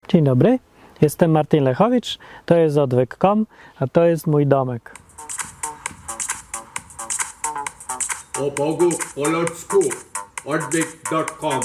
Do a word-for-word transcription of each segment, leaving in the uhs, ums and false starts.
Dzień dobry, jestem Martin Lechowicz, to jest odwyk kropka com, a to jest mój domek. O Bogu po ludzku, odwyk kropka com.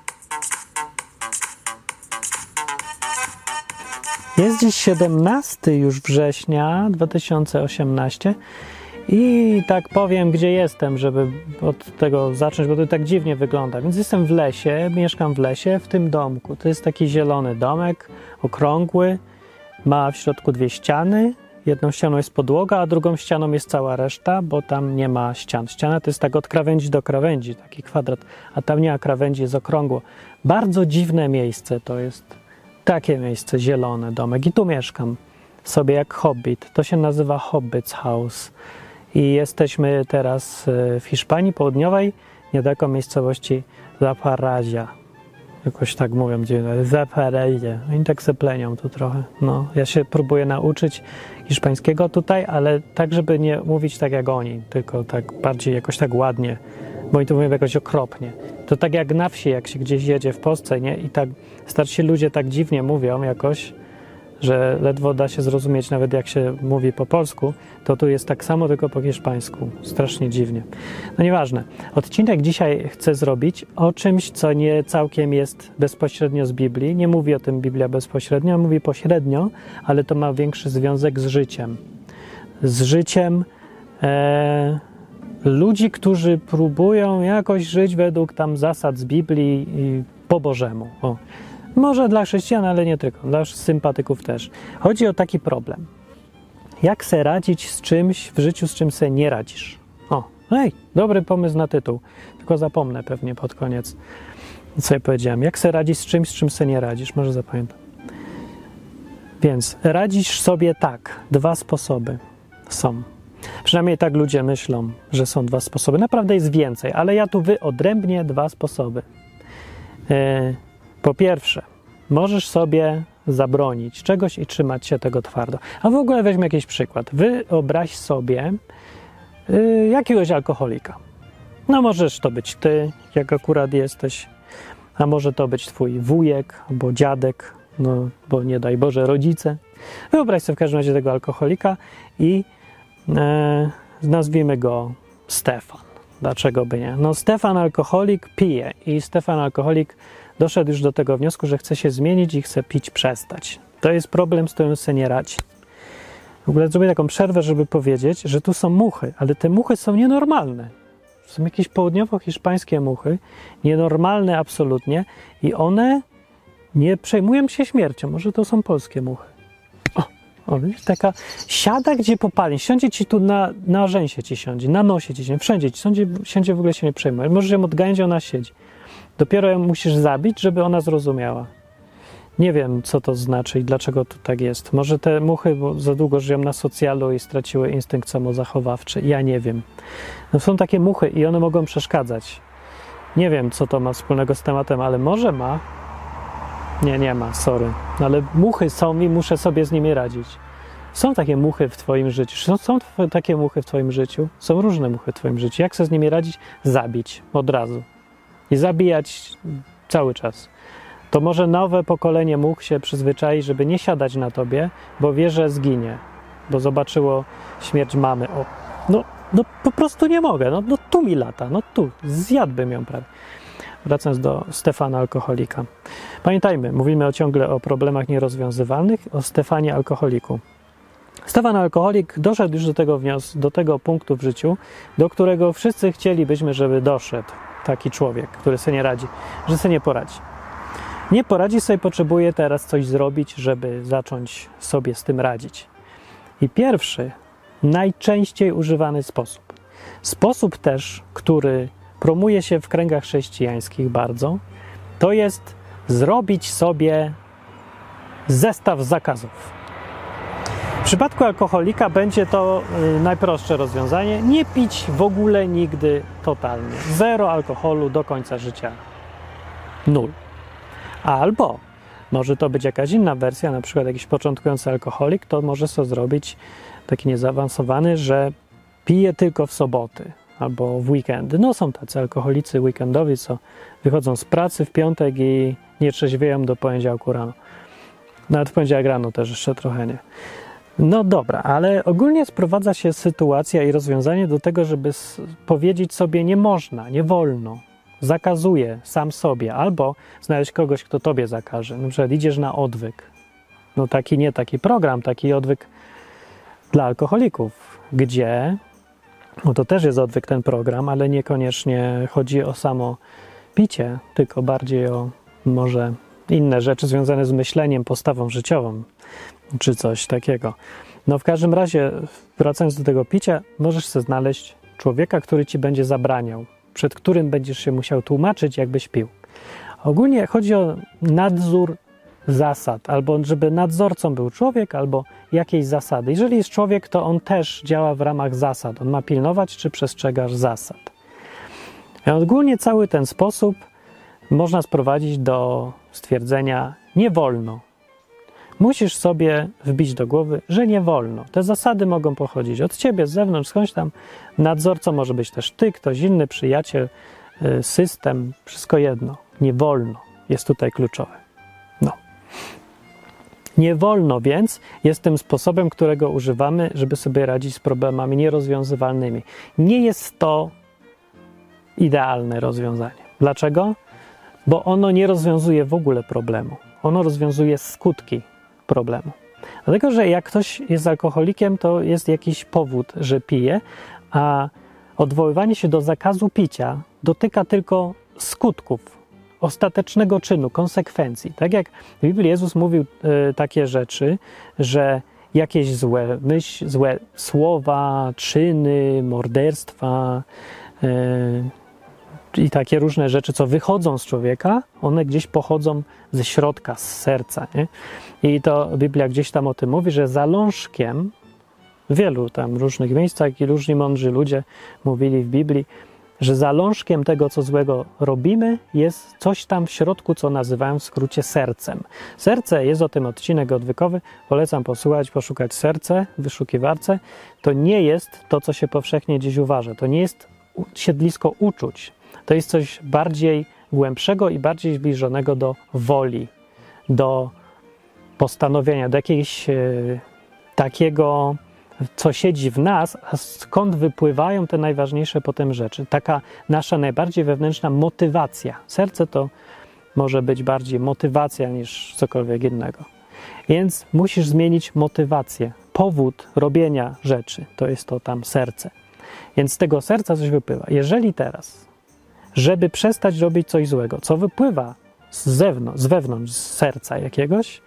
Jest dziś siedemnastego już września dwa tysiące osiemnastego i tak powiem, gdzie jestem, żeby od tego zacząć, bo to tak dziwnie wygląda. Więc jestem w lesie, mieszkam w lesie, w tym domku. To jest taki zielony domek, okrągły, ma w środku dwie ściany. Jedną ścianą jest podłoga, a drugą ścianą jest cała reszta, bo tam nie ma ścian. Ściana to jest tak od krawędzi do krawędzi, taki kwadrat, a tam nie ma krawędzi, jest okrągło. Bardzo dziwne miejsce to jest. Takie miejsce, zielone, domek. I tu mieszkam sobie jak hobbit. To się nazywa Hobbit's House. I jesteśmy teraz w Hiszpanii Południowej, niedaleko miejscowości Zaparazia. Jakoś tak mówią, Zaparazia. Oni tak seplenią tu trochę. No, ja się próbuję nauczyć hiszpańskiego tutaj, ale tak, żeby nie mówić tak jak oni, tylko tak bardziej jakoś tak ładnie, bo oni to mówią jakoś okropnie. To tak jak na wsi, jak się gdzieś jedzie w Polsce, nie? I tak starsi ludzie tak dziwnie mówią jakoś, że ledwo da się zrozumieć nawet jak się mówi po polsku, to tu jest tak samo, tylko po hiszpańsku. Strasznie dziwnie. No nieważne. Odcinek dzisiaj chcę zrobić o czymś, co nie całkiem jest bezpośrednio z Biblii. Nie mówi o tym Biblia bezpośrednio, mówi pośrednio, ale to ma większy związek z życiem. Z życiem e, ludzi, którzy próbują jakoś żyć według tam zasad z Biblii i po Bożemu. O. Może dla chrześcijan, ale nie tylko, dla sympatyków też. Chodzi o taki problem. Jak se radzić z czymś w życiu, z czym se nie radzisz? O, hej, dobry pomysł na tytuł. Tylko zapomnę pewnie pod koniec, co ja powiedziałem. Jak se radzić z czymś, z czym se nie radzisz? Może zapamiętam. Więc radzisz sobie tak. Dwa sposoby są. Przynajmniej tak ludzie myślą, że są dwa sposoby. Naprawdę jest więcej, ale ja tu wyodrębnię dwa sposoby. Yy, Po pierwsze, możesz sobie zabronić czegoś i trzymać się tego twardo. A w ogóle weźmy jakiś przykład. Wyobraź sobie yy, jakiegoś alkoholika. No możesz to być ty, jak akurat jesteś, a może to być twój wujek albo dziadek, no bo nie daj Boże rodzice. Wyobraź sobie w każdym razie tego alkoholika i yy, nazwijmy go Stefan. Dlaczego by nie? No Stefan alkoholik pije i Stefan alkoholik doszedł już do tego wniosku, że chce się zmienić i chce pić przestać. To jest problem, z którym sobie nie radzi. W ogóle zrobię taką przerwę, żeby powiedzieć, że tu są muchy, ale te muchy są nienormalne. Są jakieś południowo-hiszpańskie muchy, nienormalne absolutnie i one nie przejmują się śmiercią. Może to są polskie muchy. O, o widzisz, taka siada, gdzie popali. Siądzie ci tu na, na rzęsie ci siądzie, na nosie ci siądzie, wszędzie ci siądzie, siądzie w ogóle się nie przejmuje. Możesz ją odganiać, ona siedzi. Dopiero ją musisz zabić, żeby ona zrozumiała. Nie wiem, co to znaczy i dlaczego to tak jest. Może te muchy bo za długo żyją na socjalu i straciły instynkt samozachowawczy. Ja nie wiem. No są takie muchy i one mogą przeszkadzać. Nie wiem, co to ma wspólnego z tematem, ale może ma. Nie, nie ma, sorry. No ale muchy są i muszę sobie z nimi radzić. Są takie muchy w twoim życiu. Są, są takie muchy w twoim życiu. Są różne muchy w twoim życiu. Jak sobie z nimi radzić? Zabić od razu. I zabijać cały czas. To może nowe pokolenie much się przyzwyczai, żeby nie siadać na tobie, bo wie, że zginie, bo zobaczyło śmierć mamy. O, no, no po prostu nie mogę, no, no tu mi lata, no tu, zjadłbym ją prawie. Wracając do Stefana alkoholika. Pamiętajmy, mówimy o ciągle o problemach nierozwiązywalnych, o Stefanie alkoholiku. Stefan alkoholik doszedł już do tego wniosku, do tego punktu w życiu, do którego wszyscy chcielibyśmy, żeby doszedł. Taki człowiek, który sobie nie radzi, że sobie nie poradzi. Nie poradzi sobie, potrzebuje teraz coś zrobić, żeby zacząć sobie z tym radzić. I pierwszy, najczęściej używany sposób, sposób też, który promuje się w kręgach chrześcijańskich bardzo, to jest zrobić sobie zestaw zakazów. W przypadku alkoholika będzie to y, najprostsze rozwiązanie. Nie pić w ogóle nigdy totalnie. Zero alkoholu do końca życia. Nul. Albo może to być jakaś inna wersja, na przykład jakiś początkujący alkoholik, to może sobie zrobić taki niezaawansowany, że pije tylko w soboty albo w weekendy. No są tacy alkoholicy weekendowi, co wychodzą z pracy w piątek i nie trzeźwieją do poniedziałku rano. Nawet w poniedziałek rano też jeszcze trochę nie. No dobra, ale ogólnie sprowadza się sytuacja i rozwiązanie do tego, żeby powiedzieć sobie nie można, nie wolno, zakazuje sam sobie, albo znaleźć kogoś, kto tobie zakaże. Na przykład idziesz na odwyk. No taki nie taki program, taki odwyk dla alkoholików, gdzie, no to też jest odwyk ten program, ale niekoniecznie chodzi o samo picie, tylko bardziej o może inne rzeczy związane z myśleniem, postawą życiową, czy coś takiego. No w każdym razie, wracając do tego picia, możesz sobie znaleźć człowieka, który ci będzie zabraniał, przed którym będziesz się musiał tłumaczyć, jakbyś pił. Ogólnie chodzi o nadzór zasad, albo żeby nadzorcą był człowiek, albo jakieś zasady. Jeżeli jest człowiek, to on też działa w ramach zasad. On ma pilnować, czy przestrzegasz zasad. I ogólnie cały ten sposób można sprowadzić do stwierdzenia nie wolno. Musisz sobie wbić do głowy, że nie wolno. Te zasady mogą pochodzić od ciebie, z zewnątrz, skądś tam. Nadzorcą może być też ty, ktoś inny, przyjaciel, system, wszystko jedno. Nie wolno jest tutaj kluczowe. No. Nie wolno więc jest tym sposobem, którego używamy, żeby sobie radzić z problemami nierozwiązywalnymi. Nie jest to idealne rozwiązanie. Dlaczego? Bo ono nie rozwiązuje w ogóle problemu. Ono rozwiązuje skutki problemu. Dlatego, że jak ktoś jest alkoholikiem, to jest jakiś powód, że pije, a odwoływanie się do zakazu picia dotyka tylko skutków, ostatecznego czynu, konsekwencji. Tak jak w Biblii Jezus mówił y, takie rzeczy, że jakieś złe myśli, złe słowa, czyny, morderstwa, y, i takie różne rzeczy, co wychodzą z człowieka, one gdzieś pochodzą ze środka, z serca. Nie? I to Biblia gdzieś tam o tym mówi, że zalążkiem, w wielu tam różnych miejscach i różni mądrzy ludzie mówili w Biblii, że zalążkiem tego, co złego robimy, jest coś tam w środku, co nazywają w skrócie sercem. Serce, jest o tym odcinek odwykowy, polecam posłuchać, poszukać serce w wyszukiwarce. To nie jest to, co się powszechnie dziś uważa. To nie jest siedlisko uczuć. To jest coś bardziej głębszego i bardziej zbliżonego do woli, do postanowienia, do jakiegoś e, takiego, co siedzi w nas, a skąd wypływają te najważniejsze potem rzeczy. Taka nasza najbardziej wewnętrzna motywacja. Serce to może być bardziej motywacja niż cokolwiek innego. Więc musisz zmienić motywację. Powód robienia rzeczy to jest to tam serce. Więc z tego serca coś wypływa. Jeżeli teraz, żeby przestać robić coś złego, co wypływa z zewnątrz, z wewnątrz, z serca jakiegoś,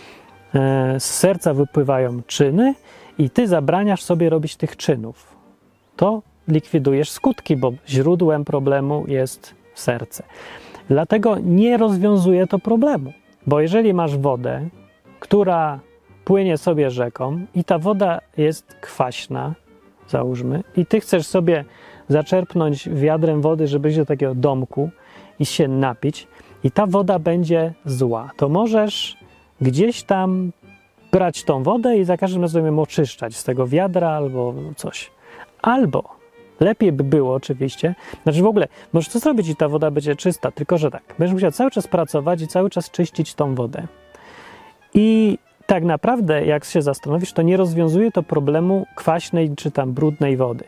z serca wypływają czyny i ty zabraniasz sobie robić tych czynów, to likwidujesz skutki, bo źródłem problemu jest serce. Dlatego nie rozwiązuje to problemu, bo jeżeli masz wodę, która płynie sobie rzeką i ta woda jest kwaśna, załóżmy, i ty chcesz sobie zaczerpnąć wiadrem wody, żeby iść do takiego domku i się napić i ta woda będzie zła, to możesz gdzieś tam brać tą wodę i za każdym razem ją oczyszczać z tego wiadra albo coś. Albo lepiej by było oczywiście, znaczy w ogóle możesz to zrobić i ta woda będzie czysta, tylko że tak, będziesz musiał cały czas pracować i cały czas czyścić tą wodę. I tak naprawdę, jak się zastanowisz, to nie rozwiązuje to problemu kwaśnej czy tam brudnej wody.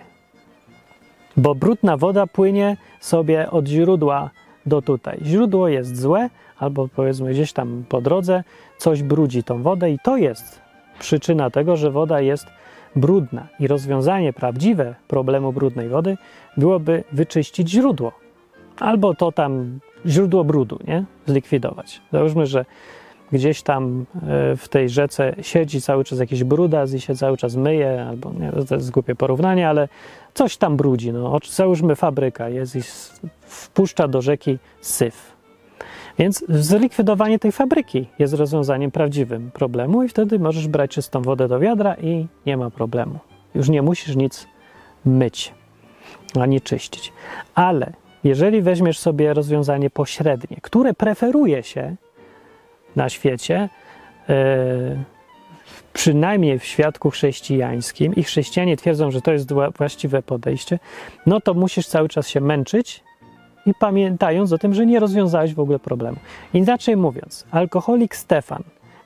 Bo brudna woda płynie sobie od źródła do tutaj. Źródło jest złe, albo powiedzmy gdzieś tam po drodze coś brudzi tą wodę i to jest przyczyna tego, że woda jest brudna. I rozwiązanie prawdziwe problemu brudnej wody byłoby wyczyścić źródło. Albo to tam źródło brudu, nie? Zlikwidować. Załóżmy, że gdzieś tam w tej rzece siedzi cały czas jakiś brudas i się cały czas myje, albo nie, to jest głupie porównanie, ale coś tam brudzi. No. Załóżmy fabryka jest i wpuszcza do rzeki syf. Więc zlikwidowanie tej fabryki jest rozwiązaniem prawdziwym problemu i wtedy możesz brać czystą wodę do wiadra i nie ma problemu. Już nie musisz nic myć, ani czyścić. Ale jeżeli weźmiesz sobie rozwiązanie pośrednie, które preferuje się na świecie, yy, przynajmniej w świadku chrześcijańskim, i chrześcijanie twierdzą, że to jest właściwe podejście, no to musisz cały czas się męczyć i pamiętając o tym, że nie rozwiązałeś w ogóle problemu. Inaczej mówiąc, alkoholik Stefan,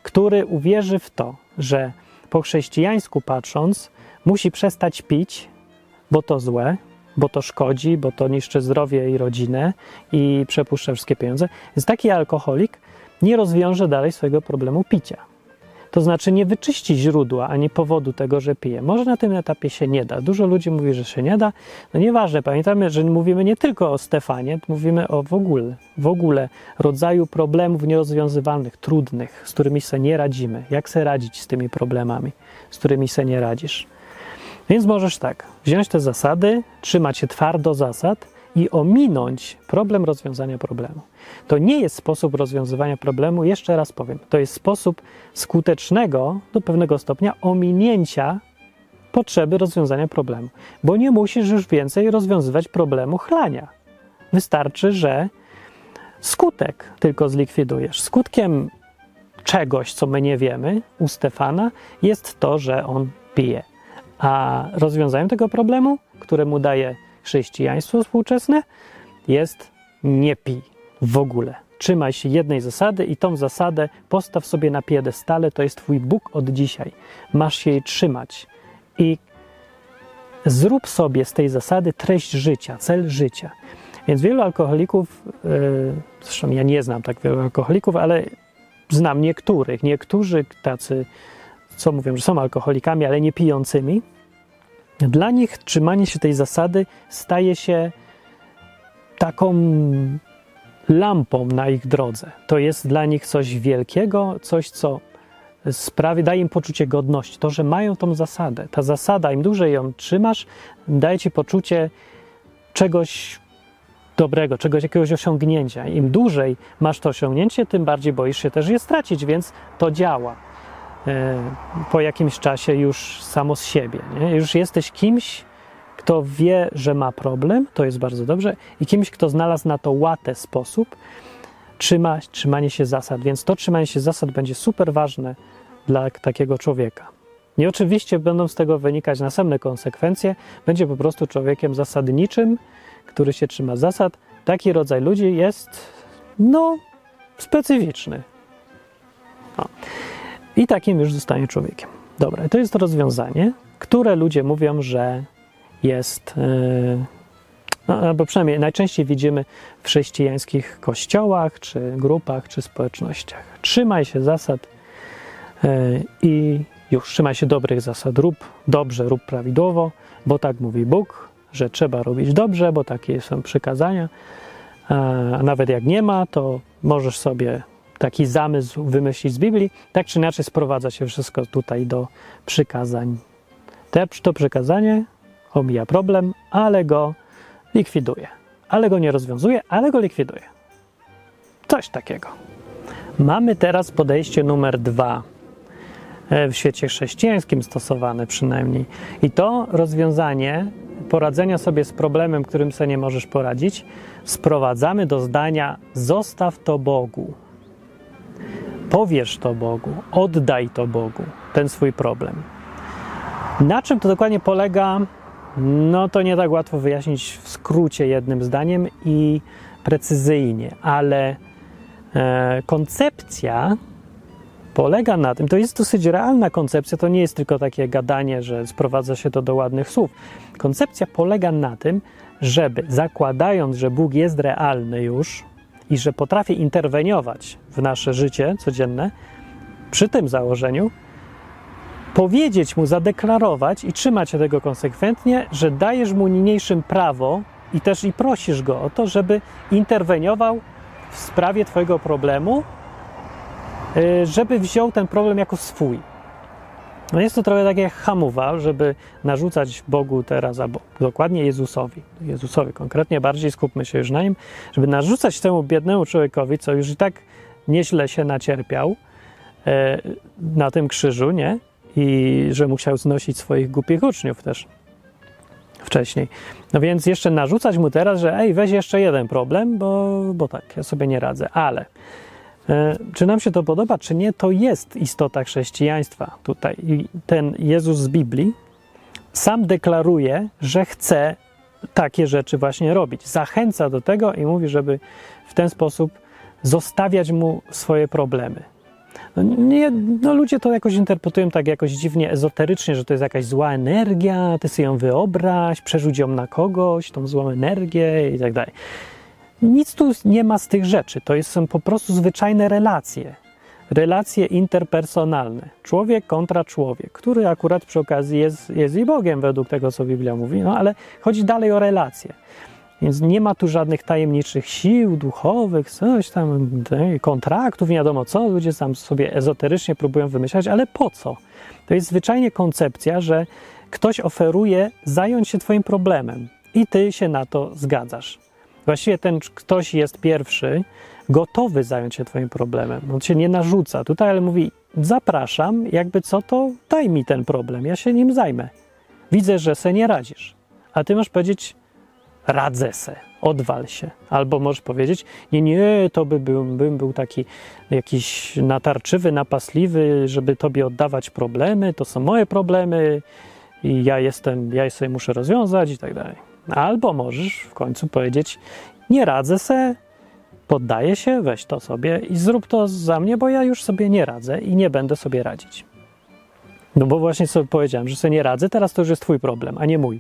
który uwierzy w to, że po chrześcijańsku patrząc musi przestać pić, bo to złe, bo to szkodzi, bo to niszczy zdrowie i rodzinę i przepuszcza wszystkie pieniądze. Więc taki alkoholik nie rozwiąże dalej swojego problemu picia. To znaczy nie wyczyści źródła, ani powodu tego, że pije. Może na tym etapie się nie da. Dużo ludzi mówi, że się nie da. No nieważne, pamiętamy, że mówimy nie tylko o Stefanie, mówimy o w ogóle, w ogóle rodzaju problemów nierozwiązywalnych, trudnych, z którymi sobie nie radzimy. Jak sobie radzić z tymi problemami, z którymi sobie nie radzisz? Więc możesz tak, wziąć te zasady, trzymać się twardo zasad i ominąć problem rozwiązania problemu. To nie jest sposób rozwiązywania problemu, jeszcze raz powiem, to jest sposób skutecznego, do pewnego stopnia, ominięcia potrzeby rozwiązania problemu. Bo nie musisz już więcej rozwiązywać problemu chlania. Wystarczy, że skutek tylko zlikwidujesz. Skutkiem czegoś, co my nie wiemy u Stefana, jest to, że on pije. A rozwiązaniem tego problemu, któremu daje chrześcijaństwo współczesne, jest nie pij w ogóle. Trzymaj się jednej zasady i tą zasadę postaw sobie na piedestale, to jest twój Bóg od dzisiaj. Masz się jej trzymać. I zrób sobie z tej zasady treść życia, cel życia. Więc wielu alkoholików, yy, zresztą ja nie znam tak wielu alkoholików, ale znam niektórych. Niektórzy tacy, co mówią, że są alkoholikami, ale nie pijącymi, dla nich trzymanie się tej zasady staje się taką lampą na ich drodze. To jest dla nich coś wielkiego, coś, co sprawi, daje im poczucie godności. To, że mają tą zasadę. Ta zasada, im dłużej ją trzymasz, daje ci poczucie czegoś dobrego, czegoś, jakiegoś osiągnięcia. Im dłużej masz to osiągnięcie, tym bardziej boisz się też je stracić, więc to działa. Po jakimś czasie już samo z siebie. Nie? Już jesteś kimś, kto wie, że ma problem, to jest bardzo dobrze, i kimś, kto znalazł na to łatwy sposób trzyma, trzymanie się zasad. Więc to trzymanie się zasad będzie super ważne dla takiego człowieka. I oczywiście będą z tego wynikać następne konsekwencje. Będzie po prostu człowiekiem zasadniczym, który się trzyma zasad. Taki rodzaj ludzi jest, no, specyficzny. No. I takim już zostanie człowiekiem. Dobra, to jest to rozwiązanie, które ludzie mówią, że jest, yy, no, albo przynajmniej najczęściej widzimy w chrześcijańskich kościołach, czy grupach, czy społecznościach. Trzymaj się zasad yy, i już, trzymaj się dobrych zasad. Rób dobrze, rób prawidłowo, bo tak mówi Bóg, że trzeba robić dobrze, bo takie są przykazania. A nawet jak nie ma, to możesz sobie taki zamysł wymyślić z Biblii, tak czy inaczej sprowadza się wszystko tutaj do przykazań. Te, to przykazanie omija problem, ale go likwiduje. Ale go nie rozwiązuje, ale go likwiduje. Coś takiego. Mamy teraz podejście numer dwa, w świecie chrześcijańskim stosowane przynajmniej. I to rozwiązanie poradzenia sobie z problemem, którym sobie nie możesz poradzić, sprowadzamy do zdania: zostaw to Bogu. Powierz to Bogu, oddaj to Bogu, ten swój problem. Na czym to dokładnie polega? No to nie tak łatwo wyjaśnić w skrócie jednym zdaniem i precyzyjnie, ale e, koncepcja polega na tym, to jest dosyć realna koncepcja, to nie jest tylko takie gadanie, że sprowadza się to do ładnych słów. Koncepcja polega na tym, żeby zakładając, że Bóg jest realny już i że potrafi interweniować w nasze życie codzienne, przy tym założeniu powiedzieć mu, zadeklarować i trzymać się tego konsekwentnie, że dajesz mu niniejszym prawo i też i prosisz go o to, żeby interweniował w sprawie twojego problemu, żeby wziął ten problem jako swój. No jest to trochę takie jak hamuwa, żeby narzucać Bogu teraz, albo dokładnie Jezusowi, Jezusowi konkretnie, bardziej skupmy się już na nim, żeby narzucać temu biednemu człowiekowi, co już i tak nieźle się nacierpiał e, na tym krzyżu, nie? I że musiał znosić swoich głupich uczniów też wcześniej. No więc jeszcze narzucać mu teraz, że ej, weź jeszcze jeden problem, bo, bo tak, ja sobie nie radzę, ale e, czy nam się to podoba, czy nie, to jest istota chrześcijaństwa tutaj. I ten Jezus z Biblii sam deklaruje, że chce takie rzeczy właśnie robić. Zachęca do tego i mówi, żeby w ten sposób zostawiać mu swoje problemy. No, nie, no ludzie to jakoś interpretują tak jakoś dziwnie ezoterycznie, że to jest jakaś zła energia, ty sobie ją wyobraź, przerzuć ją na kogoś, tą złą energię i tak dalej. Nic tu nie ma z tych rzeczy. To jest, są po prostu zwyczajne relacje. Relacje interpersonalne. Człowiek kontra człowiek, który akurat przy okazji jest, jest i Bogiem według tego, co Biblia mówi, no ale chodzi dalej o relacje. Więc nie ma tu żadnych tajemniczych sił duchowych, coś tam, kontraktów, nie wiadomo co. Ludzie tam sobie ezoterycznie próbują wymyślać, ale po co? To jest zwyczajnie koncepcja, że ktoś oferuje zająć się twoim problemem i ty się na to zgadzasz. Właściwie ten ktoś jest pierwszy, gotowy zająć się twoim problemem. On się nie narzuca tutaj, ale mówi, zapraszam, jakby co, to daj mi ten problem, ja się nim zajmę. Widzę, że se nie radzisz. A ty możesz powiedzieć, radzę se, odwal się. Albo możesz powiedzieć, nie, nie, to by był, bym był taki jakiś natarczywy, napasliwy, żeby tobie oddawać problemy, to są moje problemy i ja jestem, ja je sobie muszę rozwiązać i tak dalej. Albo możesz w końcu powiedzieć, nie radzę se, poddaję się, weź to sobie i zrób to za mnie, bo ja już sobie nie radzę i nie będę sobie radzić. No bo właśnie sobie powiedziałem, że sobie nie radzę, teraz to już jest twój problem, a nie mój.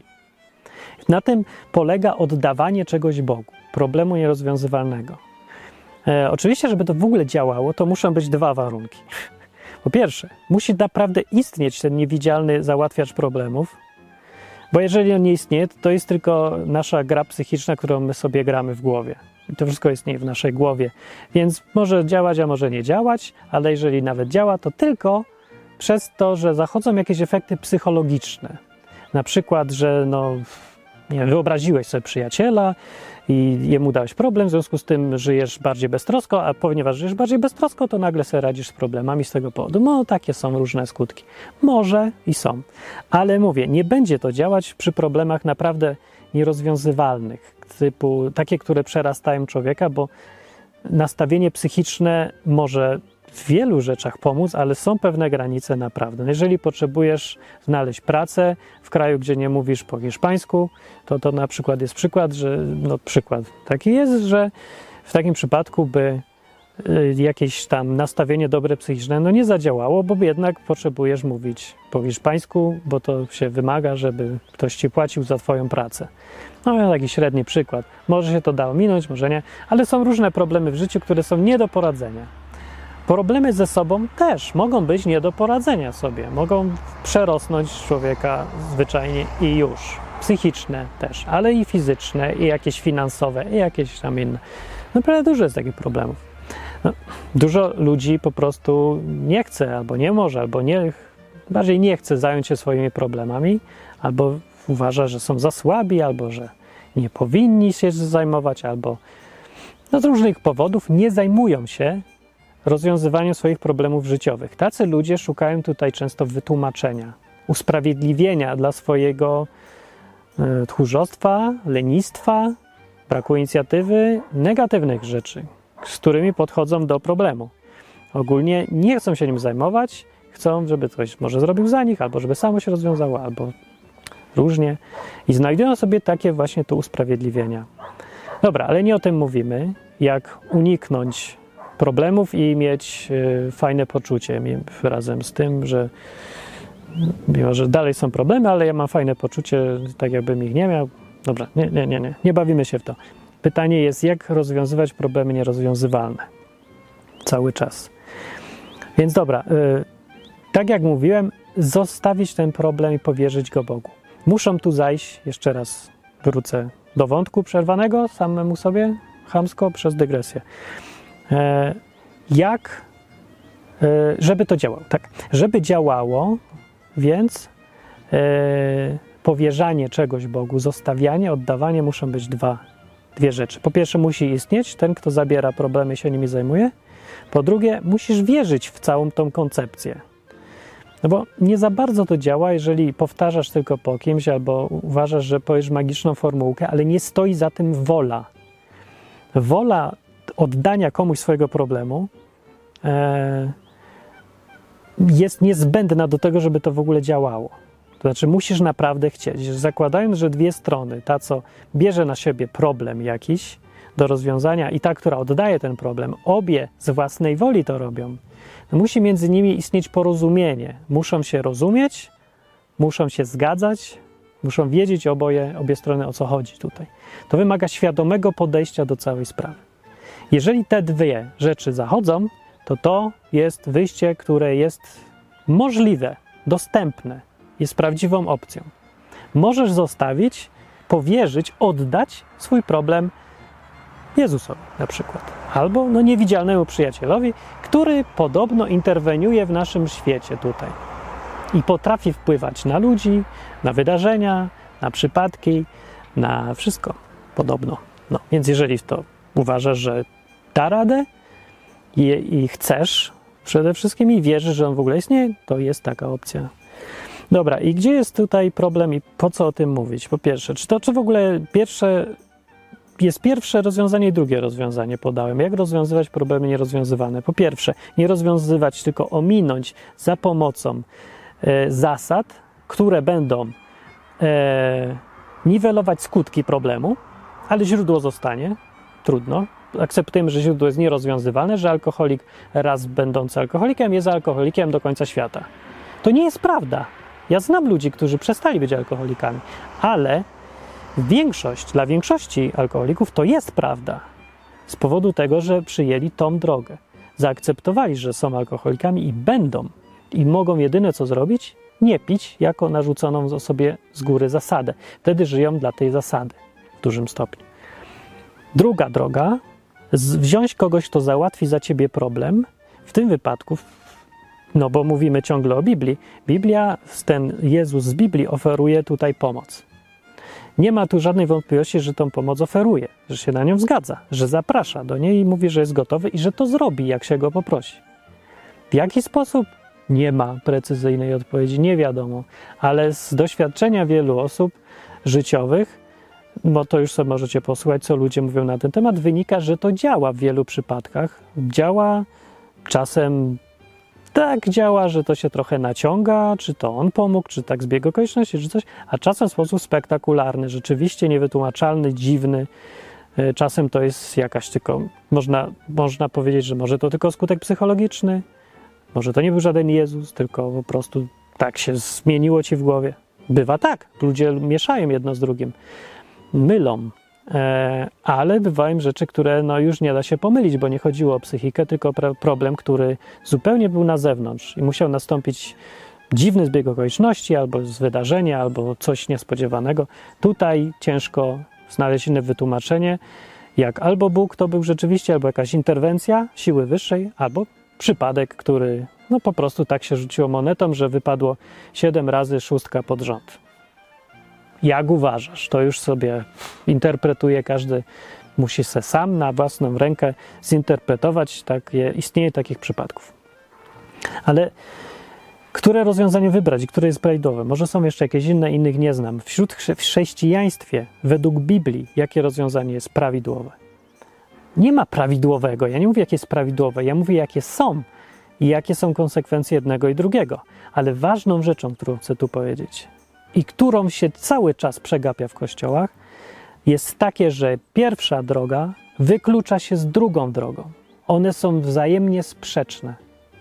Na tym polega oddawanie czegoś Bogu, problemu nierozwiązywalnego. E, oczywiście, żeby to w ogóle działało, to muszą być dwa warunki. Po pierwsze, musi naprawdę istnieć ten niewidzialny załatwiacz problemów, bo jeżeli on nie istnieje, to jest tylko nasza gra psychiczna, którą my sobie gramy w głowie. I to wszystko istnieje w naszej głowie. Więc może działać, a może nie działać, ale jeżeli nawet działa, to tylko przez to, że zachodzą jakieś efekty psychologiczne. Na przykład, że no, nie wiem, wyobraziłeś sobie przyjaciela i jemu dałeś problem, w związku z tym żyjesz bardziej beztrosko, a ponieważ żyjesz bardziej beztrosko, to nagle sobie radzisz z problemami z tego powodu. No, takie są różne skutki. Może i są. Ale mówię, nie będzie to działać przy problemach naprawdę nierozwiązywalnych, typu takie, które przerastają człowieka, bo nastawienie psychiczne może w wielu rzeczach pomóc, ale są pewne granice naprawdę. Jeżeli potrzebujesz znaleźć pracę w kraju, gdzie nie mówisz po hiszpańsku, to to na przykład jest przykład, że no przykład taki jest, że w takim przypadku by y, jakieś tam nastawienie dobre psychiczne no nie zadziałało, bo jednak potrzebujesz mówić po hiszpańsku, bo to się wymaga, żeby ktoś ci płacił za twoją pracę. No taki średni przykład. Może się to dało minąć, może nie, ale są różne problemy w życiu, które są nie do poradzenia. Problemy ze sobą też mogą być nie do poradzenia sobie. Mogą przerosnąć człowieka zwyczajnie i już. Psychiczne też, ale i fizyczne, i jakieś finansowe, i jakieś tam inne. Naprawdę dużo jest takich problemów. No, dużo ludzi po prostu nie chce, albo nie może, albo nie, bardziej nie chce zająć się swoimi problemami, albo uważa, że są za słabi, albo że nie powinni się zajmować, albo no, z różnych powodów nie zajmują się rozwiązywaniem swoich problemów życiowych. Tacy ludzie szukają tutaj często wytłumaczenia, usprawiedliwienia dla swojego y, tchórzostwa, lenistwa, braku inicjatywy, negatywnych rzeczy, z którymi podchodzą do problemu. Ogólnie nie chcą się nim zajmować, chcą, żeby ktoś może zrobił za nich, albo żeby samo się rozwiązało, albo różnie. I znajdują sobie takie właśnie tu usprawiedliwienia. Dobra, ale nie o tym mówimy, jak uniknąć problemów i mieć y, fajne poczucie razem z tym, że mimo, że dalej są problemy, ale ja mam fajne poczucie, tak jakbym ich nie miał. Dobra, nie, nie, nie, nie, nie bawimy się w to. Pytanie jest, jak rozwiązywać problemy nierozwiązywalne cały czas. Więc dobra, y, tak jak mówiłem, zostawić ten problem i powierzyć go Bogu. Muszą tu zajść, jeszcze raz wrócę do wątku przerwanego samemu sobie, chamsko, przez dygresję. E, jak, e, żeby to działało, tak, żeby działało, więc e, powierzanie czegoś Bogu, zostawianie, oddawanie muszą być dwa, dwie rzeczy. Po pierwsze musi istnieć ten, kto zabiera problemy i się nimi zajmuje. Po drugie, musisz wierzyć w całą tą koncepcję. No bo nie za bardzo to działa, jeżeli powtarzasz tylko po kimś albo uważasz, że powiesz magiczną formułkę, ale nie stoi za tym wola. Wola oddania komuś swojego problemu e, jest niezbędna do tego, żeby to w ogóle działało. To znaczy musisz naprawdę chcieć. Zakładając, że dwie strony, ta co bierze na siebie problem jakiś, do rozwiązania i ta, która oddaje ten problem, obie z własnej woli to robią, to musi między nimi istnieć porozumienie. Muszą się rozumieć, muszą się zgadzać, muszą wiedzieć oboje, obie strony, o co chodzi tutaj. To wymaga świadomego podejścia do całej sprawy. Jeżeli te dwie rzeczy zachodzą, to to jest wyjście, które jest możliwe, dostępne, jest prawdziwą opcją. Możesz zostawić, powierzyć, oddać swój problem Jezusowi na przykład. Albo no, niewidzialnemu przyjacielowi, który podobno interweniuje w naszym świecie tutaj. I potrafi wpływać na ludzi, na wydarzenia, na przypadki, na wszystko podobno. No, więc jeżeli to uważasz, że da radę i, i chcesz przede wszystkim i wierzysz, że on w ogóle istnieje, to jest taka opcja. Dobra, i gdzie jest tutaj problem i po co o tym mówić? Po pierwsze, czy to czy w ogóle pierwsze jest pierwsze rozwiązanie i drugie rozwiązanie podałem. Jak rozwiązywać problemy nierozwiązywane? Po pierwsze, nie rozwiązywać, tylko ominąć za pomocą e, zasad, które będą e, niwelować skutki problemu, ale źródło zostanie. Trudno. Akceptujemy, że źródło jest nierozwiązywalne, że alkoholik raz będący alkoholikiem jest alkoholikiem do końca świata. To nie jest prawda. Ja znam ludzi, którzy przestali być alkoholikami, ale większość, dla większości alkoholików to jest prawda. Z powodu tego, że przyjęli tą drogę. Zaakceptowali, że są alkoholikami i będą. I mogą jedyne co zrobić, nie pić jako narzuconą sobie z góry zasadę. Wtedy żyją dla tej zasady w dużym stopniu. Druga droga, wziąć kogoś, kto załatwi za ciebie problem, w tym wypadku, no bo mówimy ciągle o Biblii, Biblia, ten Jezus z Biblii oferuje tutaj pomoc. Nie ma tu żadnej wątpliwości, że tą pomoc oferuje, że się na nią zgadza, że zaprasza do niej i mówi, że jest gotowy i że to zrobi, jak się go poprosi. W jaki sposób? Nie ma precyzyjnej odpowiedzi, nie wiadomo, ale z doświadczenia wielu osób życiowych, bo to już sobie możecie posłuchać, co ludzie mówią na ten temat, wynika, że to działa w wielu przypadkach. Działa czasem tak działa, że to się trochę naciąga, czy to on pomógł, czy tak zbieg okoliczności, czy coś, a czasem w sposób spektakularny, rzeczywiście niewytłumaczalny, dziwny. Czasem to jest jakaś tylko, można, można powiedzieć, że może to tylko skutek psychologiczny, może to nie był żaden Jezus, tylko po prostu tak się zmieniło ci w głowie. Bywa tak, ludzie mieszają jedno z drugim, mylą. E, ale bywają rzeczy, które no już nie da się pomylić, bo nie chodziło o psychikę, tylko o problem, który zupełnie był na zewnątrz i musiał nastąpić dziwny zbieg okoliczności, albo z wydarzenia, albo coś niespodziewanego. Tutaj ciężko znaleźć inne wytłumaczenie, jak albo Bóg to był rzeczywiście, albo jakaś interwencja siły wyższej, albo przypadek, który no po prostu tak się rzuciło monetą, że wypadło siedem razy szóstka pod rząd. Jak uważasz? To już sobie interpretuje, każdy musi se sam na własną rękę zinterpretować. Takie, istnieje takich przypadków. Ale które rozwiązanie wybrać i które jest prawidłowe? Może są jeszcze jakieś inne, innych nie znam. Wśród w chrześcijaństwie, według Biblii, jakie rozwiązanie jest prawidłowe? Nie ma prawidłowego. Ja nie mówię, jakie jest prawidłowe. Ja mówię, jakie są i jakie są konsekwencje jednego i drugiego. Ale ważną rzeczą, którą chcę tu powiedzieć i którą się cały czas przegapia w kościołach, jest takie, że pierwsza droga wyklucza się z drugą drogą. One są wzajemnie sprzeczne.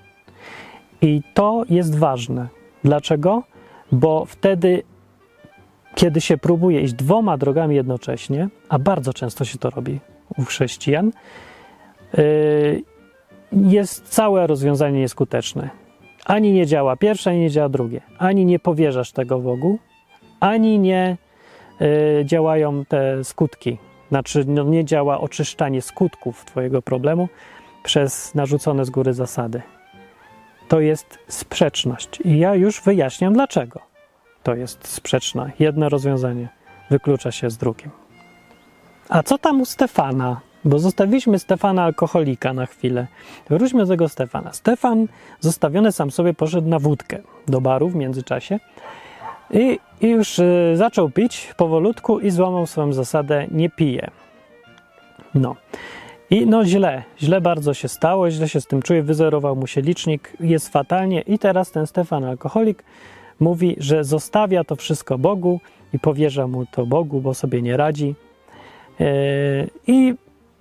I to jest ważne. Dlaczego? Bo wtedy, kiedy się próbuje iść dwoma drogami jednocześnie, a bardzo często się to robi u chrześcijan, jest całe rozwiązanie nieskuteczne. Ani nie działa pierwsze, ani nie działa drugie. Ani nie powierzasz tego Bogu, ani nie y, działają te skutki. Znaczy no, nie działa oczyszczanie skutków twojego problemu przez narzucone z góry zasady. To jest sprzeczność. I ja już wyjaśniam, dlaczego to jest sprzeczne. Jedno rozwiązanie wyklucza się z drugim. A co tam u Stefana? Bo zostawiliśmy Stefana alkoholika na chwilę. Wróćmy do tego Stefana. Stefan zostawiony sam sobie poszedł na wódkę do baru w międzyczasie i, i już y, zaczął pić powolutku i złamał swoją zasadę nie pije. No. I no źle, źle bardzo się stało, źle się z tym czuje, wyzerował mu się licznik, jest fatalnie i teraz ten Stefan alkoholik mówi, że zostawia to wszystko Bogu i powierza mu to Bogu, bo sobie nie radzi. Yy, I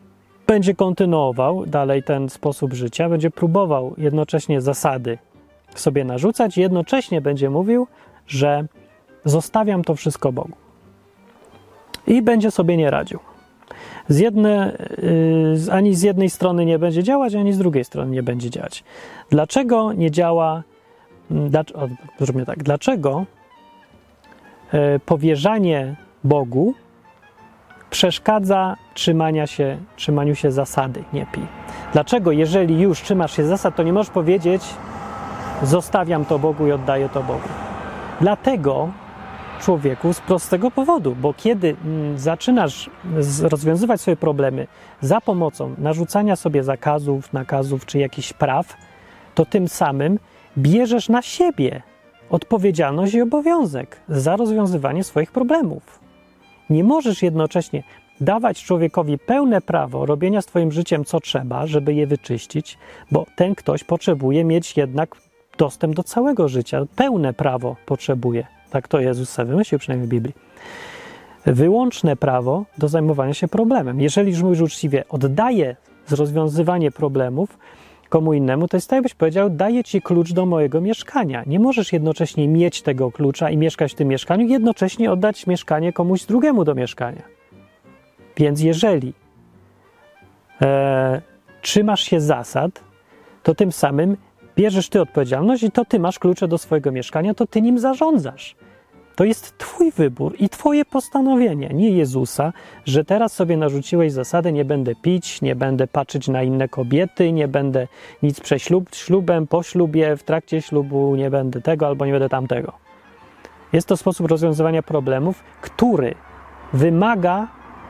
będzie kontynuował dalej ten sposób życia, będzie próbował jednocześnie zasady sobie narzucać i jednocześnie będzie mówił, że zostawiam to wszystko Bogu. I będzie sobie nie radził. Z jedne, yy, ani z jednej strony nie będzie działać, ani z drugiej strony nie będzie działać. Dlaczego nie działa, dlaczego, o, zróbmy tak, dlaczego yy, powierzanie Bogu przeszkadza trzymania się, trzymaniu się zasady, nie pij. Dlaczego, jeżeli już trzymasz się zasad, to nie możesz powiedzieć, zostawiam to Bogu i oddaję to Bogu. Dlatego, człowieku, z prostego powodu, bo kiedy mm, zaczynasz z, rozwiązywać swoje problemy za pomocą narzucania sobie zakazów, nakazów czy jakichś praw, to tym samym bierzesz na siebie odpowiedzialność i obowiązek za rozwiązywanie swoich problemów. Nie możesz jednocześnie dawać człowiekowi pełne prawo robienia z twoim życiem co trzeba, żeby je wyczyścić, bo ten ktoś potrzebuje mieć jednak dostęp do całego życia. Pełne prawo potrzebuje. Tak to Jezus sobie wymyślił, przynajmniej w Biblii. Wyłączne prawo do zajmowania się problemem. Jeżeli już mówisz uczciwie, oddaję rozwiązywanie problemów komu innemu, to jest tak, jakbyś powiedział, daję ci klucz do mojego mieszkania. Nie możesz jednocześnie mieć tego klucza i mieszkać w tym mieszkaniu, jednocześnie oddać mieszkanie komuś drugiemu do mieszkania. Więc jeżeli e, trzymasz się zasad, to tym samym bierzesz ty odpowiedzialność i to ty masz klucze do swojego mieszkania, to ty nim zarządzasz. To jest twój wybór i twoje postanowienie, nie Jezusa, że teraz sobie narzuciłeś zasadę, nie będę pić, nie będę patrzeć na inne kobiety, nie będę nic przed ślub, ślubem, po ślubie, w trakcie ślubu, nie będę tego albo nie będę tamtego. Jest to sposób rozwiązywania problemów, który wymaga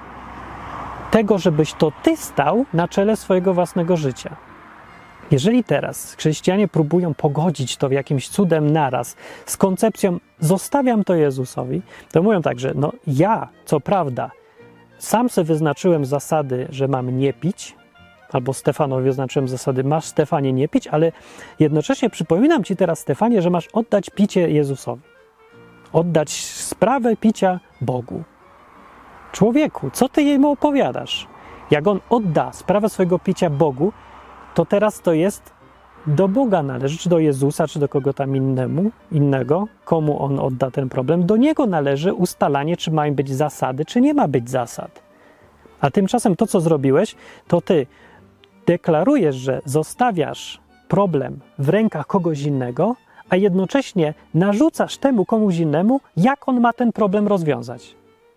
tego, żebyś to ty stał na czele swojego własnego życia. Jeżeli teraz chrześcijanie próbują pogodzić to jakimś cudem naraz z koncepcją zostawiam to Jezusowi, to mówią tak, że no ja, co prawda, sam sobie wyznaczyłem zasady, że mam nie pić, albo Stefanowi wyznaczyłem zasady, masz Stefanie nie pić, ale jednocześnie przypominam ci teraz, Stefanie, że masz oddać picie Jezusowi. Oddać sprawę picia Bogu. Człowieku, co ty jemu opowiadasz? Jak on odda sprawę swojego picia Bogu, to teraz to jest do Boga należy, czy do Jezusa, czy do kogo tam innemu, innego, komu on odda ten problem. Do niego należy ustalanie, czy mają być zasady, czy nie ma być zasad. A tymczasem to, co zrobiłeś, to ty deklarujesz, że zostawiasz problem w rękach kogoś innego, a jednocześnie narzucasz temu komuś innemu, jak on ma ten problem rozwiązać.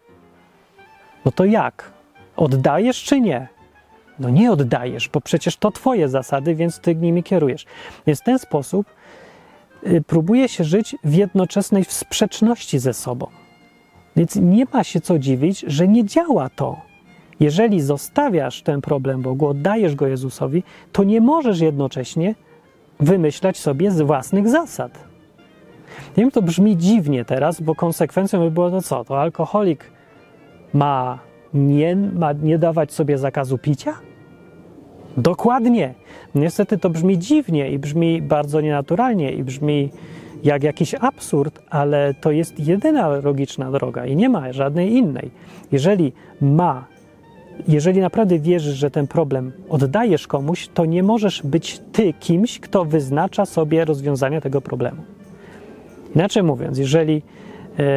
No to jak? Oddajesz, czy nie? No nie oddajesz, bo przecież to twoje zasady, więc ty nimi kierujesz. Więc w ten sposób y, próbuje się żyć w jednoczesnej sprzeczności ze sobą. Więc nie ma się co dziwić, że nie działa to. Jeżeli zostawiasz ten problem Bogu, oddajesz go Jezusowi, to nie możesz jednocześnie wymyślać sobie z własnych zasad. Nie wiem, to brzmi dziwnie teraz, bo konsekwencją by było to co? To alkoholik ma nie, ma nie dawać sobie zakazu picia? Dokładnie. Niestety to brzmi dziwnie i brzmi bardzo nienaturalnie i brzmi jak jakiś absurd, ale to jest jedyna logiczna droga i nie ma żadnej innej. Jeżeli ma, jeżeli naprawdę wierzysz, że ten problem oddajesz komuś, to nie możesz być ty kimś, kto wyznacza sobie rozwiązanie tego problemu. Inaczej mówiąc, jeżeli yy,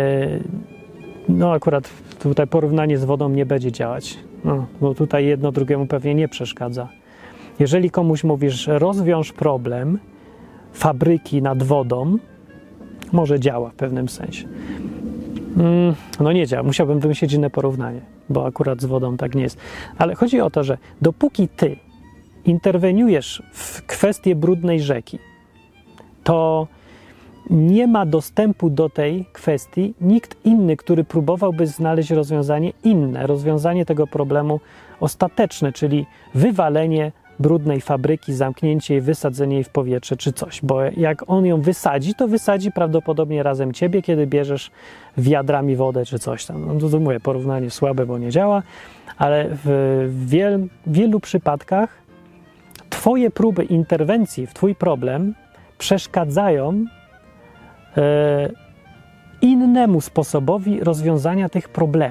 no akurat tutaj porównanie z wodą nie będzie działać, no, bo tutaj jedno drugiemu pewnie nie przeszkadza. Jeżeli komuś mówisz, rozwiąż problem fabryki nad wodą, może działa w pewnym sensie. Mm, no nie działa, musiałbym wymyślić inne porównanie, bo akurat z wodą tak nie jest. Ale chodzi o to, że dopóki ty interweniujesz w kwestię brudnej rzeki, to nie ma dostępu do tej kwestii nikt inny, który próbowałby znaleźć rozwiązanie inne, rozwiązanie tego problemu ostateczne, czyli wywalenie brudnej fabryki, zamknięcie jej, wysadzenie jej w powietrze czy coś, bo jak on ją wysadzi, to wysadzi prawdopodobnie razem ciebie, kiedy bierzesz wiadrami wodę czy coś tam. No to mówię, porównanie słabe, bo nie działa, ale w wiel, wielu przypadkach twoje próby interwencji w twój problem przeszkadzają e, innemu sposobowi rozwiązania tych problemów,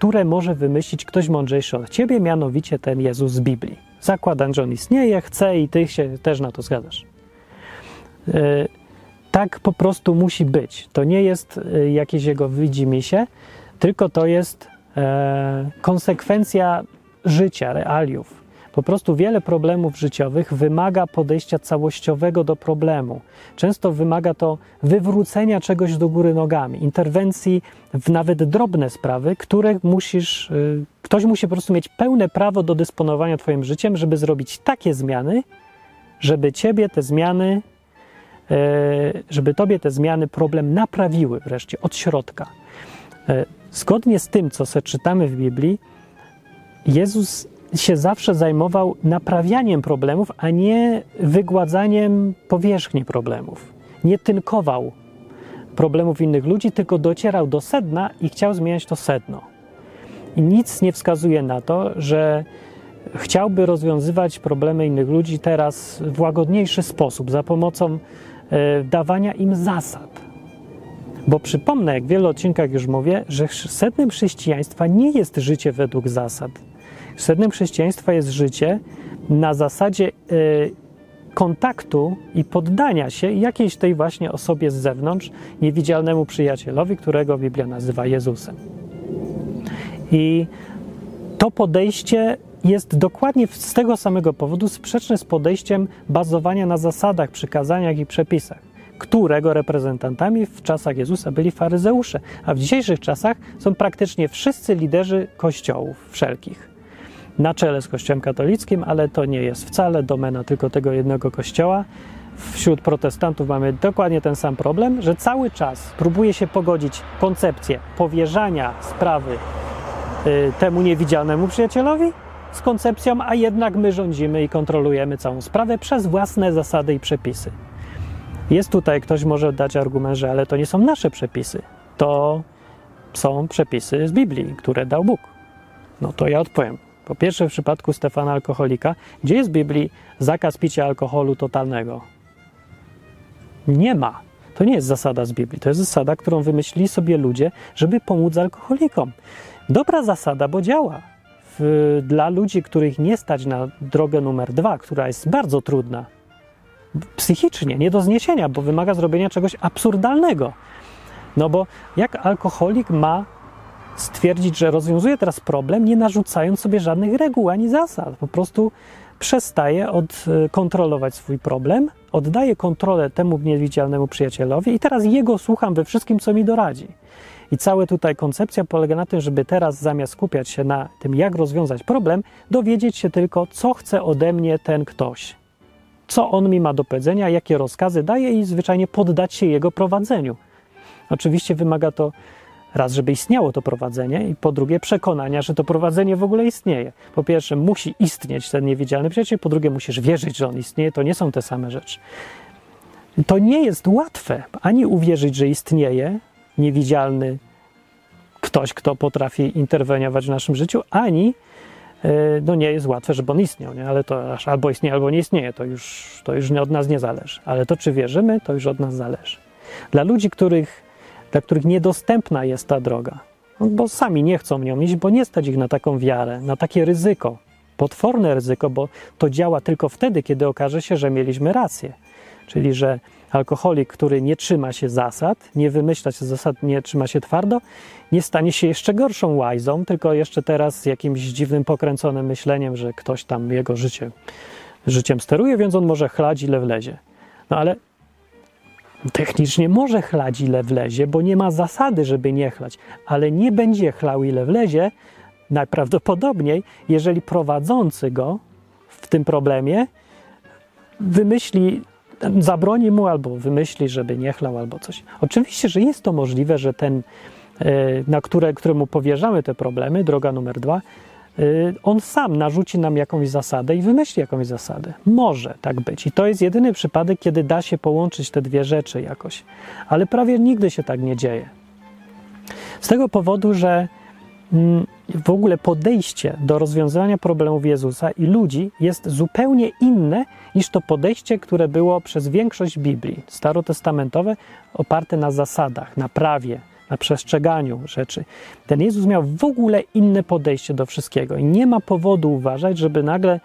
które może wymyślić ktoś mądrzejszy od ciebie, mianowicie ten Jezus z Biblii. Zakładam, że on istnieje, chce i ty się też na to zgadzasz. Yy, tak po prostu musi być. To nie jest yy, jakieś jego widzimisię, tylko to jest yy, konsekwencja życia, realiów. Po prostu wiele problemów życiowych wymaga podejścia całościowego do problemu. Często wymaga to wywrócenia czegoś do góry nogami, interwencji w nawet drobne sprawy, które musisz, yy, ktoś musi po prostu mieć pełne prawo do dysponowania twoim życiem, żeby zrobić takie zmiany, żeby ciebie te zmiany, yy, żeby tobie te zmiany problem naprawiły wreszcie od środka. Yy, zgodnie z tym, co sobie czytamy w Biblii, Jezus się zawsze zajmował naprawianiem problemów, a nie wygładzaniem powierzchni problemów. Nie tynkował problemów innych ludzi, tylko docierał do sedna i chciał zmieniać to sedno. I nic nie wskazuje na to, że chciałby rozwiązywać problemy innych ludzi teraz w łagodniejszy sposób, za pomocą e, dawania im zasad. Bo przypomnę, jak w wielu odcinkach już mówię, że sednem chrześcijaństwa nie jest życie według zasad. Sednem chrześcijaństwa jest życie na zasadzie y, kontaktu i poddania się jakiejś tej właśnie osobie z zewnątrz, niewidzialnemu przyjacielowi, którego Biblia nazywa Jezusem. I to podejście jest dokładnie z tego samego powodu sprzeczne z podejściem bazowania na zasadach, przykazaniach i przepisach, którego reprezentantami w czasach Jezusa byli faryzeusze, a w dzisiejszych czasach są praktycznie wszyscy liderzy kościołów wszelkich. Na czele z Kościołem katolickim, ale to nie jest wcale domena tylko tego jednego kościoła. Wśród protestantów mamy dokładnie ten sam problem, że cały czas próbuje się pogodzić koncepcję powierzania sprawy y, temu niewidzialnemu przyjacielowi z koncepcją, a jednak my rządzimy i kontrolujemy całą sprawę przez własne zasady i przepisy. Jest tutaj, ktoś może dać argument, że ale to nie są nasze przepisy, to są przepisy z Biblii, które dał Bóg. No to ja odpowiem. Po pierwsze, w przypadku Stefana Alkoholika, gdzie jest w Biblii zakaz picia alkoholu totalnego? Nie ma. To nie jest zasada z Biblii. To jest zasada, którą wymyślili sobie ludzie, żeby pomóc alkoholikom. Dobra zasada, bo działa. W, dla ludzi, których nie stać na drogę numer dwa, która jest bardzo trudna, psychicznie, nie do zniesienia, bo wymaga zrobienia czegoś absurdalnego. No bo jak alkoholik ma stwierdzić, że rozwiązuje teraz problem, nie narzucając sobie żadnych reguł ani zasad. Po prostu przestaje od, kontrolować swój problem, oddaje kontrolę temu niewidzialnemu przyjacielowi i teraz jego słucham we wszystkim, co mi doradzi. I cała tutaj koncepcja polega na tym, żeby teraz zamiast skupiać się na tym, jak rozwiązać problem, dowiedzieć się tylko, co chce ode mnie ten ktoś. Co on mi ma do powiedzenia, jakie rozkazy daje i zwyczajnie poddać się jego prowadzeniu. Oczywiście wymaga to raz, żeby istniało to prowadzenie i po drugie przekonania, że to prowadzenie w ogóle istnieje. Po pierwsze musi istnieć ten niewidzialny przyjaciel, po drugie musisz wierzyć, że on istnieje. To nie są te same rzeczy. To nie jest łatwe ani uwierzyć, że istnieje niewidzialny ktoś, kto potrafi interweniować w naszym życiu, ani no nie jest łatwe, żeby on istniał, nie? Ale to aż albo istnieje, albo nie istnieje. To już, to już od nas nie zależy. Ale to, czy wierzymy, to już od nas zależy. Dla ludzi, których dla których niedostępna jest ta droga, no bo sami nie chcą nią iść, bo nie stać ich na taką wiarę, na takie ryzyko, potworne ryzyko, bo to działa tylko wtedy, kiedy okaże się, że mieliśmy rację. Czyli, że alkoholik, który nie trzyma się zasad, nie wymyśla się zasad, nie trzyma się twardo, nie stanie się jeszcze gorszą łajzą, tylko jeszcze teraz jakimś dziwnym, pokręconym myśleniem, że ktoś tam jego życie, życiem steruje, więc on może chlać ile wlezie. No ale technicznie może chlać ile wlezie, bo nie ma zasady, żeby nie chlać, ale nie będzie chlał ile wlezie, najprawdopodobniej, jeżeli prowadzący go w tym problemie wymyśli, zabroni mu albo wymyśli, żeby nie chlał albo coś. Oczywiście, że jest to możliwe, że ten, na które, któremu powierzamy te problemy, droga numer dwa, on sam narzuci nam jakąś zasadę i wymyśli jakąś zasadę. Może tak być. I to jest jedyny przypadek, kiedy da się połączyć te dwie rzeczy jakoś. Ale prawie nigdy się tak nie dzieje. Z tego powodu, że w ogóle podejście do rozwiązywania problemów Jezusa i ludzi jest zupełnie inne niż to podejście, które było przez większość Biblii starotestamentowe, oparte na zasadach, na prawie, na przestrzeganiu rzeczy. Ten Jezus miał w ogóle inne podejście do wszystkiego i nie ma powodu uważać, żeby nagle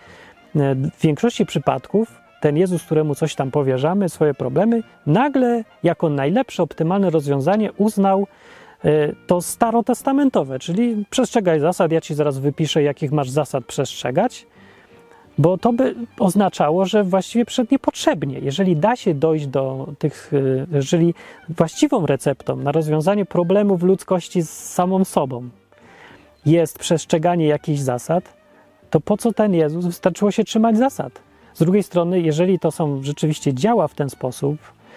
w większości przypadków ten Jezus, któremu coś tam powierzamy, swoje problemy, nagle jako najlepsze, optymalne rozwiązanie uznał to starotestamentowe, czyli przestrzegaj zasad, ja ci zaraz wypiszę, jakich masz zasad przestrzegać, bo to by oznaczało, że właściwie przed niepotrzebnie. Jeżeli da się dojść do tych, jeżeli właściwą receptą na rozwiązanie problemów ludzkości z samą sobą jest przestrzeganie jakichś zasad, to po co ten Jezus? Wystarczyło się trzymać zasad. Z drugiej strony, jeżeli to są rzeczywiście działa w ten sposób,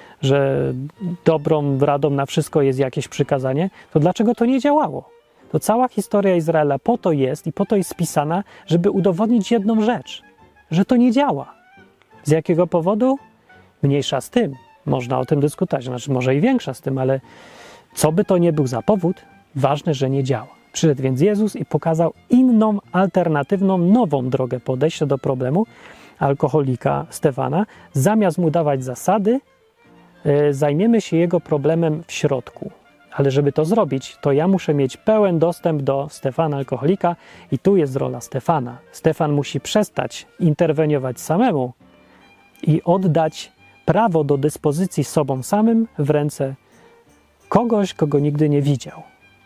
że dobrą radą na wszystko jest jakieś przykazanie, to dlaczego to nie działało? To cała historia Izraela po to jest i po to jest spisana, żeby udowodnić jedną rzecz, że to nie działa. Z jakiego powodu? Mniejsza z tym. Można o tym dyskutować, znaczy może i większa z tym, ale co by to nie był za powód, ważne, że nie działa. Przyszedł więc Jezus i pokazał inną, alternatywną, nową drogę podejścia do problemu alkoholika Stefana. Zamiast mu dawać zasady, yy, zajmiemy się jego problemem w środku. Ale żeby to zrobić, to ja muszę mieć pełen dostęp do Stefana alkoholika i tu jest rola Stefana. Stefan musi przestać interweniować samemu i oddać prawo do dyspozycji sobą samym w ręce kogoś, kogo nigdy nie widział.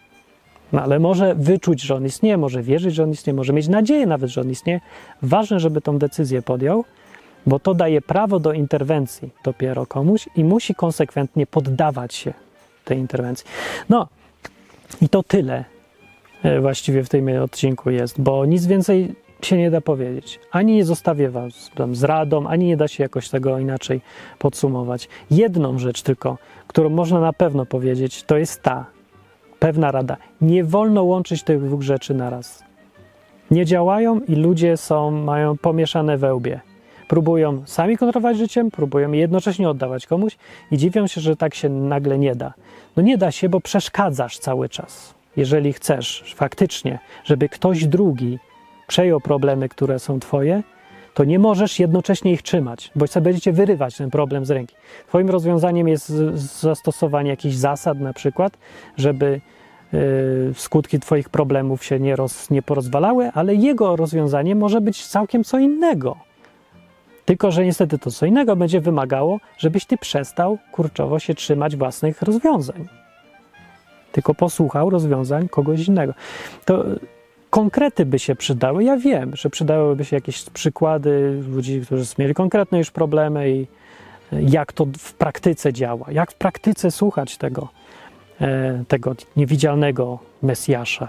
No ale może wyczuć, że on istnieje, może wierzyć, że on istnieje, może mieć nadzieję nawet, że on istnieje. Ważne, żeby tą decyzję podjął, bo to daje prawo do interwencji dopiero komuś i musi konsekwentnie poddawać się tej interwencji. No i to tyle właściwie w tym odcinku jest, bo nic więcej się nie da powiedzieć. Ani nie zostawię was tam z radą, ani nie da się jakoś tego inaczej podsumować. Jedną rzecz tylko, którą można na pewno powiedzieć, to jest ta pewna rada. Nie wolno łączyć tych dwóch rzeczy naraz. Nie działają i ludzie są, mają pomieszane we łbie. Próbują sami kontrolować życiem, próbują je jednocześnie oddawać komuś i dziwią się, że tak się nagle nie da. No nie da się, bo przeszkadzasz cały czas. Jeżeli chcesz faktycznie, żeby ktoś drugi przejął problemy, które są twoje, to nie możesz jednocześnie ich trzymać, bo sobie będziecie wyrywać ten problem z ręki. Twoim rozwiązaniem jest zastosowanie jakichś zasad na przykład, żeby yy, skutki twoich problemów się nie, roz, nie porozwalały, ale jego rozwiązanie może być całkiem co innego. Tylko że niestety to co innego będzie wymagało, żebyś ty przestał kurczowo się trzymać własnych rozwiązań. Tylko posłuchał rozwiązań kogoś innego. To konkrety by się przydały. Ja wiem, że przydałyby się jakieś przykłady ludzi, którzy mieli konkretne już problemy i jak to w praktyce działa. Jak w praktyce słuchać tego, tego niewidzialnego Mesjasza.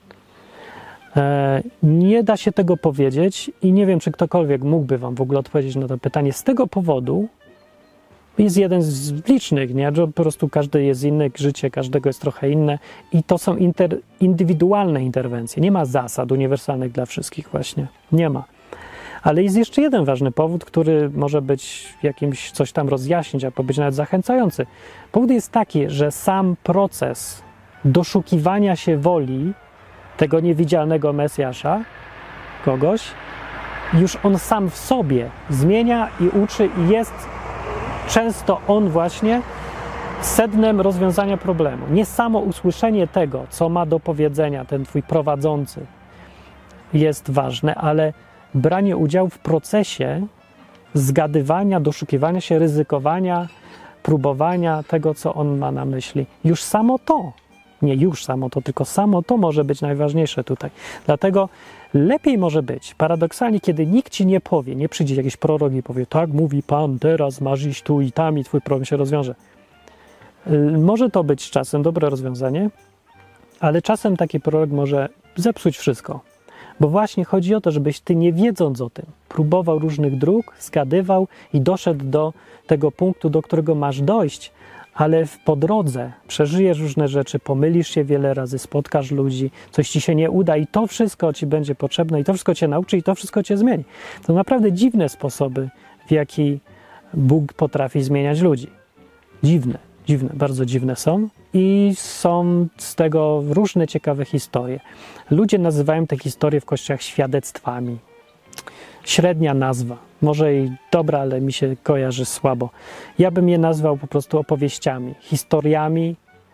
Nie da się tego powiedzieć i nie wiem, czy ktokolwiek mógłby wam w ogóle odpowiedzieć na to pytanie. Z tego powodu jest jeden z licznych, nie? Że po prostu każdy jest inny, życie każdego jest trochę inne i to są inter, indywidualne interwencje. Nie ma zasad uniwersalnych dla wszystkich właśnie. Nie ma. Ale jest jeszcze jeden ważny powód, który może być jakimś coś tam rozjaśnić, albo być nawet zachęcający. Powód jest taki, że sam proces doszukiwania się woli tego niewidzialnego Mesjasza, kogoś, już on sam w sobie zmienia i uczy i jest często on właśnie sednem rozwiązania problemu. Nie samo usłyszenie tego, co ma do powiedzenia ten twój prowadzący jest ważne, ale branie udziału w procesie zgadywania, doszukiwania się, ryzykowania, próbowania tego, co on ma na myśli. Już samo to, nie już samo to, tylko samo to może być najważniejsze tutaj. Dlatego lepiej może być, paradoksalnie, kiedy nikt ci nie powie, nie przyjdzie jakiś prorok i powie, tak mówi Pan, teraz masz iść tu i tam i twój problem się rozwiąże. Może to być czasem dobre rozwiązanie, ale czasem taki prorok może zepsuć wszystko. Bo właśnie chodzi o to, żebyś ty, nie wiedząc o tym, próbował różnych dróg, zgadywał i doszedł do tego punktu, do którego masz dojść, ale po drodze przeżyjesz różne rzeczy, pomylisz się wiele razy, spotkasz ludzi, coś ci się nie uda i to wszystko ci będzie potrzebne i to wszystko cię nauczy i to wszystko cię zmieni. To naprawdę dziwne sposoby, w jaki Bóg potrafi zmieniać ludzi. Dziwne, dziwne, bardzo dziwne są i są z tego różne ciekawe historie. Ludzie nazywają te historie w kościołach świadectwami. Średnia nazwa. Może i dobra, ale mi się kojarzy słabo. Ja bym je nazwał po prostu opowieściami, historiami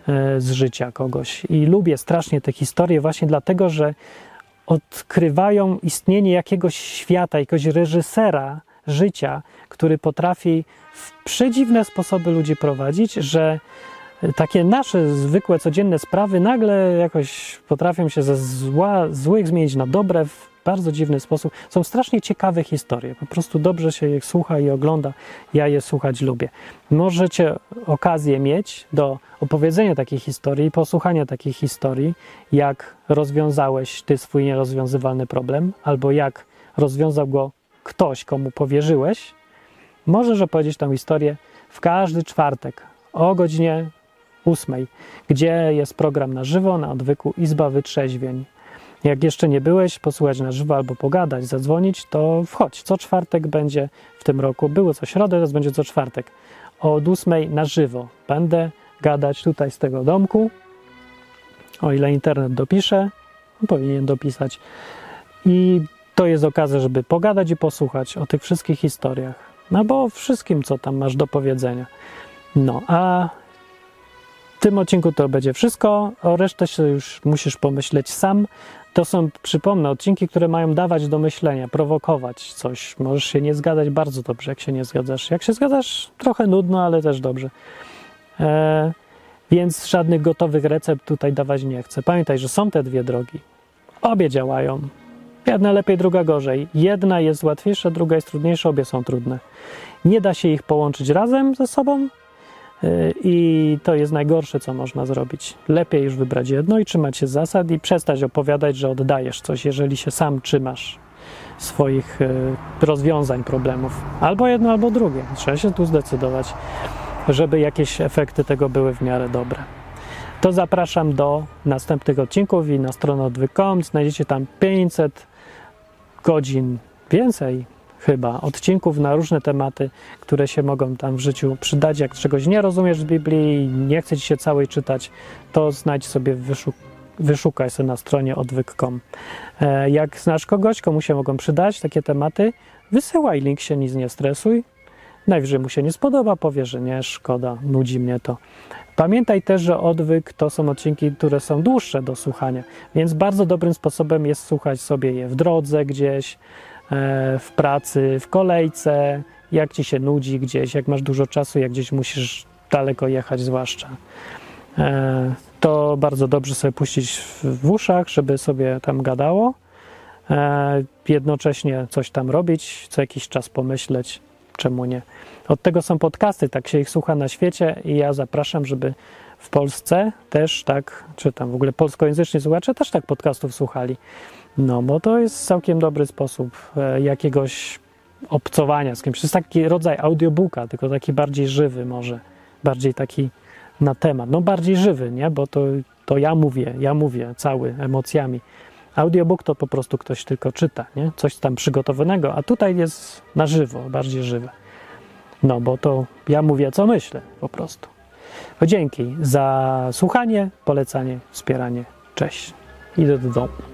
z życia kogoś. I lubię strasznie te historie właśnie dlatego, że odkrywają istnienie jakiegoś świata, jakiegoś reżysera życia, który potrafi w przedziwne sposoby ludzi prowadzić, że takie nasze zwykłe, codzienne sprawy nagle jakoś potrafią się ze zła, złych zmienić na dobre w bardzo dziwny sposób. Są strasznie ciekawe historie. Po prostu dobrze się je słucha i ogląda. Ja je słuchać lubię. Możecie okazję mieć do opowiedzenia takiej historii, posłuchania takiej historii, jak rozwiązałeś ty swój nierozwiązywalny problem, albo jak rozwiązał go ktoś, komu powierzyłeś. Możesz opowiedzieć tę historię w każdy czwartek o godzinie ósmej, gdzie jest program na żywo na odwyku Izba Wytrzeźwień. Jak jeszcze nie byłeś, posłuchać na żywo albo pogadać, zadzwonić, to wchodź. Co czwartek będzie w tym roku. Było co środę, teraz będzie co czwartek. Od ósmej na żywo. Będę gadać tutaj z tego domku. O ile internet dopisze, powinien dopisać. I to jest okazja, żeby pogadać i posłuchać o tych wszystkich historiach. No bo wszystkim, co tam masz do powiedzenia. No, a w tym odcinku to będzie wszystko. O resztę się już musisz pomyśleć sam. To są, przypomnę, odcinki, które mają dawać do myślenia, prowokować coś. Możesz się nie zgadzać bardzo dobrze, jak się nie zgadzasz. Jak się zgadzasz, trochę nudno, ale też dobrze. E, więc żadnych gotowych recept tutaj dawać nie chcę. Pamiętaj, że są te dwie drogi. Obie działają. Jedna lepiej, druga gorzej. Jedna jest łatwiejsza, druga jest trudniejsza, obie są trudne. Nie da się ich połączyć razem ze sobą yy, i to jest najgorsze, co można zrobić. Lepiej już wybrać jedno i trzymać się zasad i przestać opowiadać, że oddajesz coś, jeżeli się sam trzymasz swoich yy, rozwiązań problemów. Albo jedno, albo drugie. Trzeba się tu zdecydować, żeby jakieś efekty tego były w miarę dobre. To zapraszam do następnych odcinków i na stronę odwyk kropka com. Znajdziecie tam pięćset godzin, więcej chyba, odcinków na różne tematy, które się mogą tam w życiu przydać. Jak czegoś nie rozumiesz z Biblii i nie chce ci się całej czytać, to znajdź sobie, wyszuk wyszukaj sobie na stronie odwyk kropka com. E, jak znasz kogoś, komu się mogą przydać takie tematy, wysyłaj link, się nic nie stresuj. Najwyżej mu się nie spodoba, powie, że nie, szkoda, nudzi mnie to. Pamiętaj też, że odwyk to są odcinki, które są dłuższe do słuchania, więc bardzo dobrym sposobem jest słuchać sobie je w drodze gdzieś, w pracy, w kolejce, jak ci się nudzi gdzieś, jak masz dużo czasu, jak gdzieś musisz daleko jechać zwłaszcza. To bardzo dobrze sobie puścić w uszach, żeby sobie tam gadało, jednocześnie coś tam robić, co jakiś czas pomyśleć. Czemu nie? Od tego są podcasty, tak się ich słucha na świecie i ja zapraszam, żeby w Polsce też tak, czy tam w ogóle polskojęzyczni słuchacze też tak podcastów słuchali. No, bo to jest całkiem dobry sposób e, jakiegoś obcowania z kimś. To jest taki rodzaj audiobooka, tylko taki bardziej żywy może, bardziej taki na temat. No bardziej żywy, nie? Bo to, to ja mówię, ja mówię cały emocjami. Audiobook to po prostu ktoś tylko czyta, nie? Coś tam przygotowanego, a tutaj jest na żywo, bardziej żywe. No, bo to ja mówię, co myślę po prostu. Dzięki za słuchanie, polecanie, wspieranie. Cześć. Idę do domu.